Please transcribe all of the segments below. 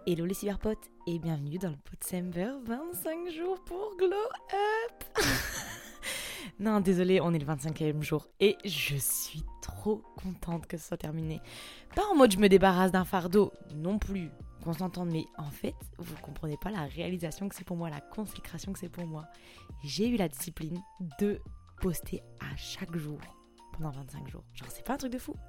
Hello les cyberpotes et bienvenue dans le Potsember 25 jours pour glow up. Non, désolé, on est le 25e jour et je suis trop contente que ce soit terminé. Pas en mode je me débarrasse d'un fardeau, non plus, qu'on s'entende, mais en fait, vous comprenez pas la réalisation que c'est pour moi, la consécration que c'est pour moi. J'ai eu la discipline de poster à chaque jour pendant 25 jours. Genre, c'est pas un truc de fou.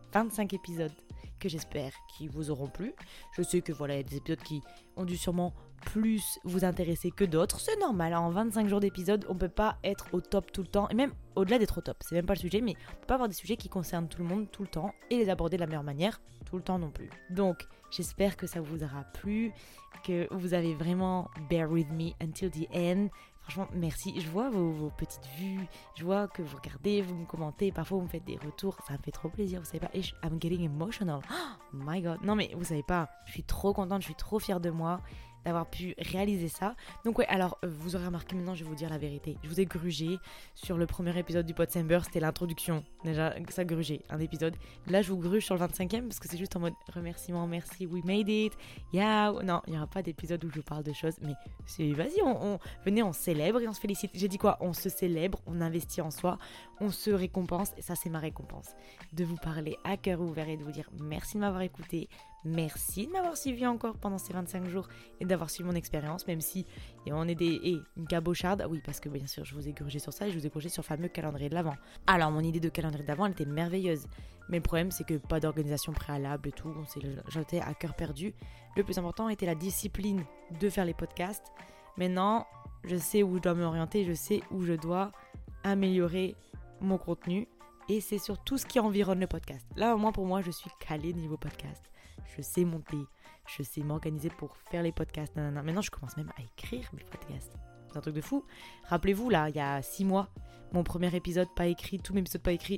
25 épisodes que j'espère qui vous auront plu. Je sais que voilà, il y a des épisodes qui ont dû sûrement plus vous intéresser que d'autres. C'est normal, hein, en 25 jours d'épisodes, on peut pas être au top tout le temps. Et même au-delà d'être au top, c'est même pas le sujet, mais on peut pas avoir des sujets qui concernent tout le monde tout le temps et les aborder de la meilleure manière tout le temps non plus. Donc, j'espère que ça vous aura plu, que vous avez vraiment bear with me until the end. Franchement, merci. Je vois vos petites vues, je vois que vous regardez, vous me commentez, parfois vous me faites des retours, ça me fait trop plaisir, vous savez pas. Et I'm getting emotional. Oh my god. Non mais vous savez pas, je suis trop contente, je suis trop fière de moi d'avoir pu réaliser ça. Donc ouais, alors vous aurez remarqué, maintenant je vais vous dire la vérité. Je vous ai grugé sur le premier épisode du Potsember, c'était l'introduction. Déjà, ça grugeait, un épisode. Là, je vous gruge sur le 25e parce que c'est juste en mode remerciement, merci, we made it. Yeah. Non, il n'y aura pas d'épisode où je vous parle de choses, mais c'est, vas-y, venez, on célèbre et on se félicite. J'ai dit quoi ? On se célèbre, on investit en soi, on se récompense, et ça c'est ma récompense. De vous parler à cœur ouvert et de vous dire merci de m'avoir écouté, merci de m'avoir suivi encore pendant ces 25 jours et d'avoir suivi mon expérience, même si on est une cabocharde. Oui, parce que bien sûr, je vous ai grugé sur ça et je vous ai grugé sur le fameux calendrier de l'Avent. Alors, mon idée de calendrier d'Avent, elle était merveilleuse. Mais le problème, c'est que pas d'organisation préalable et tout. On s'est jeté à cœur perdu. Le plus important était la discipline de faire les podcasts. Maintenant, je sais où je dois m'orienter, je sais où je dois améliorer mon contenu. Et c'est sur tout ce qui environne le podcast. Là, pour moi, je suis calée niveau podcast. Je sais monter, je sais m'organiser pour faire les podcasts. Nanana. Maintenant, je commence même à écrire mes podcasts. C'est un truc de fou. Rappelez-vous, là, il y a 6 mois, mon premier épisode pas écrit, tous mes épisodes pas écrits.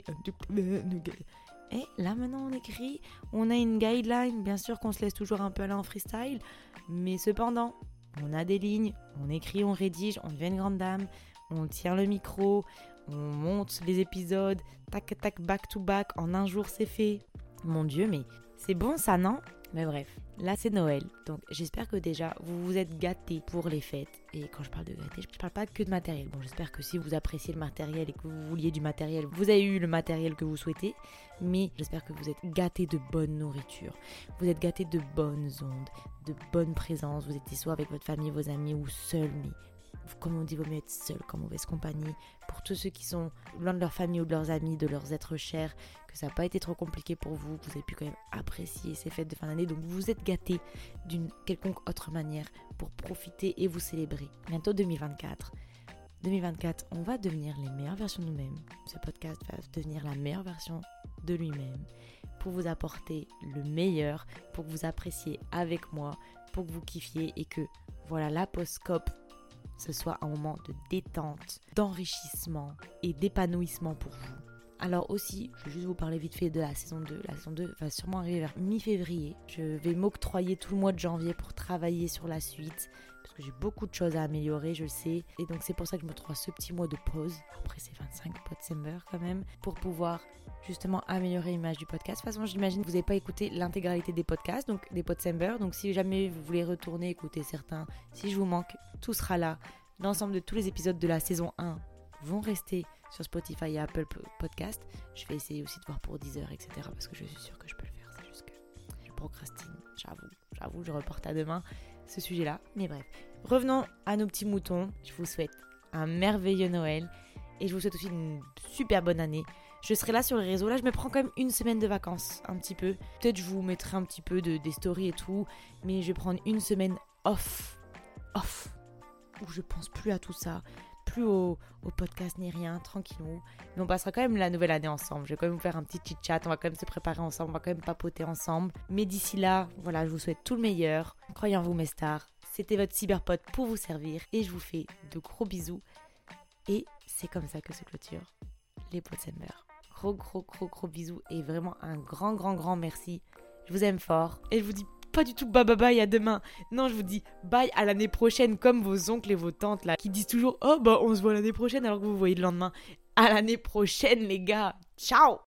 Et là, maintenant, on écrit, on a une guideline. Bien sûr qu'on se laisse toujours un peu aller en freestyle, mais cependant, on a des lignes, on écrit, on rédige, on devient une grande dame, on tient le micro, on monte les épisodes, tac, tac, back to back, en un jour, c'est fait. Mon Dieu, mais c'est bon ça, non ? Mais bref, là c'est Noël, donc j'espère que déjà vous vous êtes gâtés pour les fêtes. Et quand je parle de gâtés, je parle pas que de matériel. Bon, j'espère que si vous appréciez le matériel et que vous vouliez du matériel, vous avez eu le matériel que vous souhaitez. Mais j'espère que vous êtes gâtés de bonne nourriture, vous êtes gâtés de bonnes ondes, de bonne présence. Vous étiez soit avec votre famille, vos amis ou seul, mais comme on dit, vaut mieux être seul qu'en mauvaise compagnie. Pour tous ceux qui sont loin de leur famille ou de leurs amis, de leurs êtres chers, que ça n'a pas été trop compliqué pour vous, que vous avez pu quand même apprécier ces fêtes de fin d'année. Donc vous êtes gâtés d'une quelconque autre manière pour profiter et vous célébrer. Bientôt 2024. 2024, on va devenir les meilleures versions de nous-mêmes. Ce podcast va devenir la meilleure version de lui-même pour vous apporter le meilleur, pour que vous appréciez avec moi, pour que vous kiffiez et que voilà, la post-scope, ce soit un moment de détente, d'enrichissement et d'épanouissement pour vous. Alors aussi, je vais juste vous parler vite fait de la saison 2. La saison 2 va sûrement arriver vers mi-février. Je vais m'octroyer tout le mois de janvier pour travailler sur la suite, parce que j'ai beaucoup de choses à améliorer, je le sais. Et donc c'est pour ça que je me trouve ce petit mois de pause, après ces 25 Potsember quand même, pour pouvoir justement améliorer l'image du podcast. De toute façon, j'imagine que vous n'avez pas écouté l'intégralité des podcasts, donc des Potsember. Donc si jamais vous voulez retourner écouter certains, si je vous manque, tout sera là. L'ensemble de tous les épisodes de la saison 1 vont rester sur Spotify et Apple Podcast. Je vais essayer aussi de voir pour Deezer, etc. parce que je suis sûre que je peux le faire. C'est juste que je procrastine, j'avoue, je reporte à demain ce sujet-là. Mais bref, revenons à nos petits moutons. Je vous souhaite un merveilleux Noël et je vous souhaite aussi une super bonne année. Je serai là sur les réseaux. Là, je me prends quand même une semaine de vacances, un petit peu. Peut-être je vous mettrai un petit peu des stories et tout, mais je vais prendre une semaine off, où je pense plus à tout ça, plus au podcast ni rien, tranquillou. Mais on passera quand même la nouvelle année ensemble. Je vais quand même vous faire un petit chit-chat, on va quand même se préparer ensemble, on va quand même papoter ensemble. Mais d'ici là, voilà, je vous souhaite tout le meilleur. Croyez en vous mes stars. C'était votre cyberpote pour vous servir et je vous fais de gros bisous. Et c'est comme ça que se clôture les Potsember. Gros bisous et vraiment un grand merci. Je vous aime fort et je vous dis pas du tout bye à demain. Non, je vous dis bye à l'année prochaine, comme vos oncles et vos tantes là qui disent toujours oh bah on se voit l'année prochaine alors que vous voyez le lendemain. À l'année prochaine les gars. Ciao.